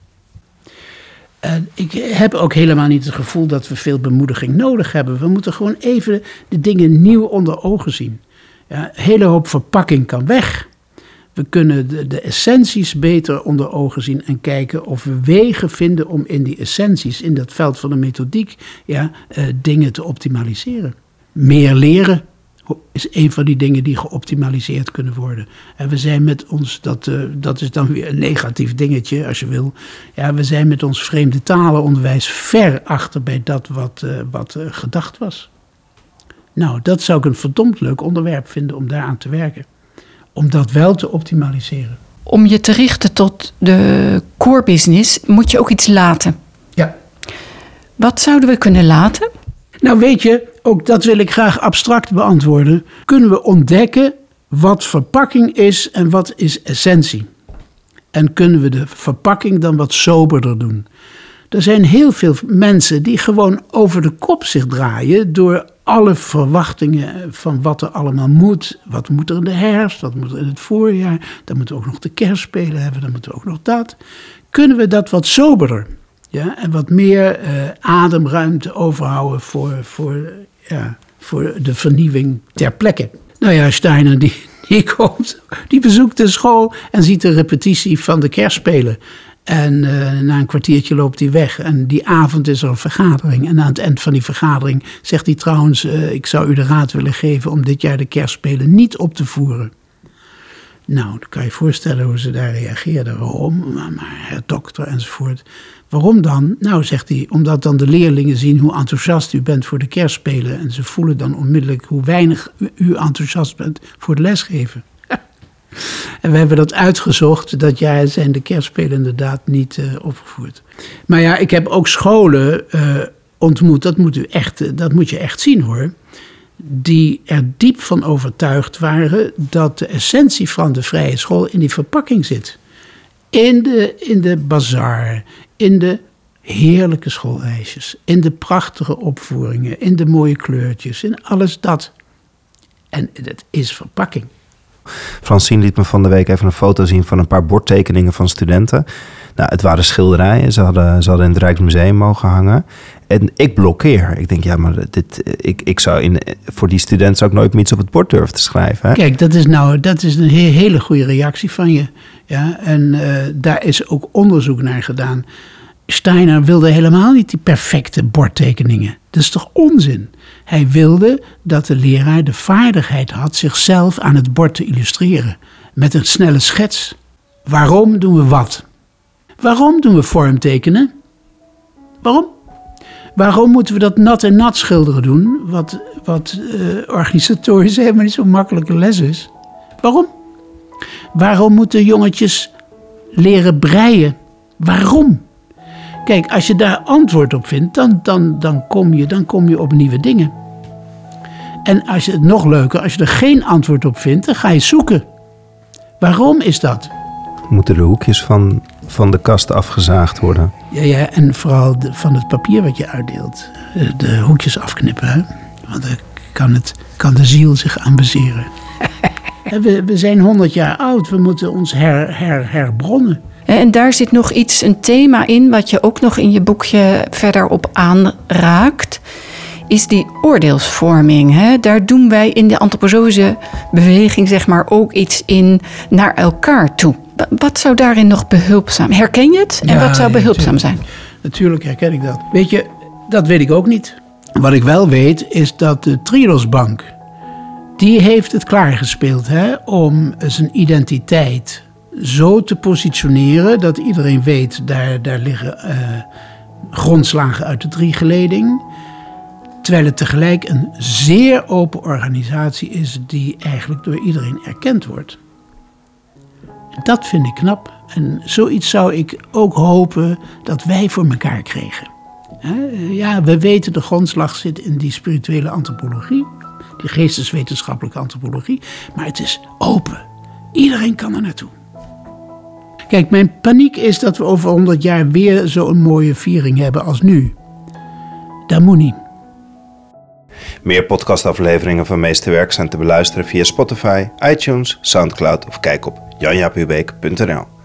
En ik heb ook helemaal niet het gevoel dat we veel bemoediging nodig hebben. We moeten gewoon even de dingen nieuw onder ogen zien. Ja, een hele hoop verpakking kan weg. We kunnen de, de essenties beter onder ogen zien en kijken of we wegen vinden om in die essenties, in dat veld van de methodiek, ja, uh, dingen te optimaliseren. Meer leren is een van die dingen die geoptimaliseerd kunnen worden. En we zijn met ons, dat, uh, dat is dan weer een negatief dingetje als je wil. Ja, we zijn met ons vreemde talenonderwijs ver achter bij dat wat, uh, wat uh, gedacht was. Nou, dat zou ik een verdomd leuk onderwerp vinden om daaraan te werken. Om dat wel te optimaliseren. Om je te richten tot de core business moet je ook iets laten. Ja. Wat zouden we kunnen laten? Nou weet je, ook dat wil ik graag abstract beantwoorden. Kunnen we ontdekken wat verpakking is en wat is essentie? En kunnen we de verpakking dan wat soberder doen? Er zijn heel veel mensen die gewoon over de kop zich draaien door alle verwachtingen van wat er allemaal moet. Wat moet er in de herfst, wat moet er in het voorjaar. Dan moeten we ook nog de kerstspelen hebben, dan moeten we ook nog dat. Kunnen we dat wat soberder? Ja, en wat meer uh, ademruimte overhouden voor, voor, ja, voor de vernieuwing ter plekke. Nou ja, Steiner die, die komt, die bezoekt de school en ziet de repetitie van de kerstspelen. En uh, na een kwartiertje loopt hij weg. En die avond is er een vergadering. En aan het eind van die vergadering zegt hij trouwens, Uh, ik zou u de raad willen geven om dit jaar de kerstspelen niet op te voeren. Nou, dan kan je je voorstellen hoe ze daar reageerden. Waarom? Maar, maar herr dokter enzovoort. Waarom dan? Nou, zegt hij, omdat dan de leerlingen zien hoe enthousiast u bent voor de kerstspelen. En ze voelen dan onmiddellijk hoe weinig u, u enthousiast bent voor het lesgeven. En we hebben dat uitgezocht. Dat jaar zijn de kerstspelen inderdaad niet uh, opgevoerd. Maar ja, ik heb ook scholen uh, ontmoet. Dat moet, u echt, dat moet je echt zien hoor. Die er diep van overtuigd waren dat de essentie van de vrije school in die verpakking zit. In de, in de bazaar, in de heerlijke schoolreisjes, in de prachtige opvoeringen, in de mooie kleurtjes, in alles dat. En het is verpakking. Francine liet me van de week even een foto zien van een paar bordtekeningen van studenten. Nou, het waren schilderijen. Ze hadden, ze hadden in het Rijksmuseum mogen hangen. En ik blokkeer. Ik denk, ja, maar dit, ik, ik zou in, voor die student zou ik nooit meer iets op het bord durven te schrijven. Hè? Kijk, dat is nou dat is een he- hele goede reactie van je. Ja, en uh, daar is ook onderzoek naar gedaan. Steiner wilde helemaal niet die perfecte bordtekeningen. Dat is toch onzin? Hij wilde dat de leraar de vaardigheid had zichzelf aan het bord te illustreren. Met een snelle schets. Waarom doen we wat? Waarom doen we vormtekenen? Waarom? Waarom moeten we dat nat en nat schilderen doen? Wat, wat uh, organisatorisch helemaal niet zo'n makkelijke les is. Waarom? Waarom moeten jongetjes leren breien? Waarom? Kijk, als je daar antwoord op vindt, dan, dan, dan, kom je, dan kom je op nieuwe dingen. En als je het nog leuker, als je er geen antwoord op vindt, dan ga je zoeken. Waarom is dat? Moeten de hoekjes van, van de kast afgezaagd worden? Ja, ja, en vooral de, van het papier wat je uitdeelt. De hoekjes afknippen, hè? Want dan kan, het, kan de ziel zich aan baseren. we, we zijn honderd jaar oud, we moeten ons her, her, herbronnen. En daar zit nog iets, een thema in, wat je ook nog in je boekje verder op aanraakt, is die oordeelsvorming. Hè? Daar doen wij in de antroposofische beweging zeg maar ook iets in naar elkaar toe. Wat zou daarin nog behulpzaam? Herken je het? En ja, wat zou behulpzaam natuurlijk, zijn? Natuurlijk herken ik dat. Weet je, dat weet ik ook niet. Wat ik wel weet is dat de Triodosbank, die heeft het klaargespeeld hè, om zijn identiteit zo te positioneren dat iedereen weet, daar, daar liggen uh, grondslagen uit de driegeleding. Terwijl het tegelijk een zeer open organisatie is die eigenlijk door iedereen erkend wordt. Dat vind ik knap. En zoiets zou ik ook hopen dat wij voor elkaar kregen. Ja, we weten de grondslag zit in die spirituele antropologie, die geesteswetenschappelijke antropologie, maar het is open. Iedereen kan er naartoe. Kijk, mijn paniek is dat we over honderd jaar weer zo'n mooie viering hebben als nu. Dat moet niet. Meer podcastafleveringen van Meesterwerk zijn te beluisteren via Spotify, iTunes, Soundcloud of kijk op jan jaap hubeek punt n l.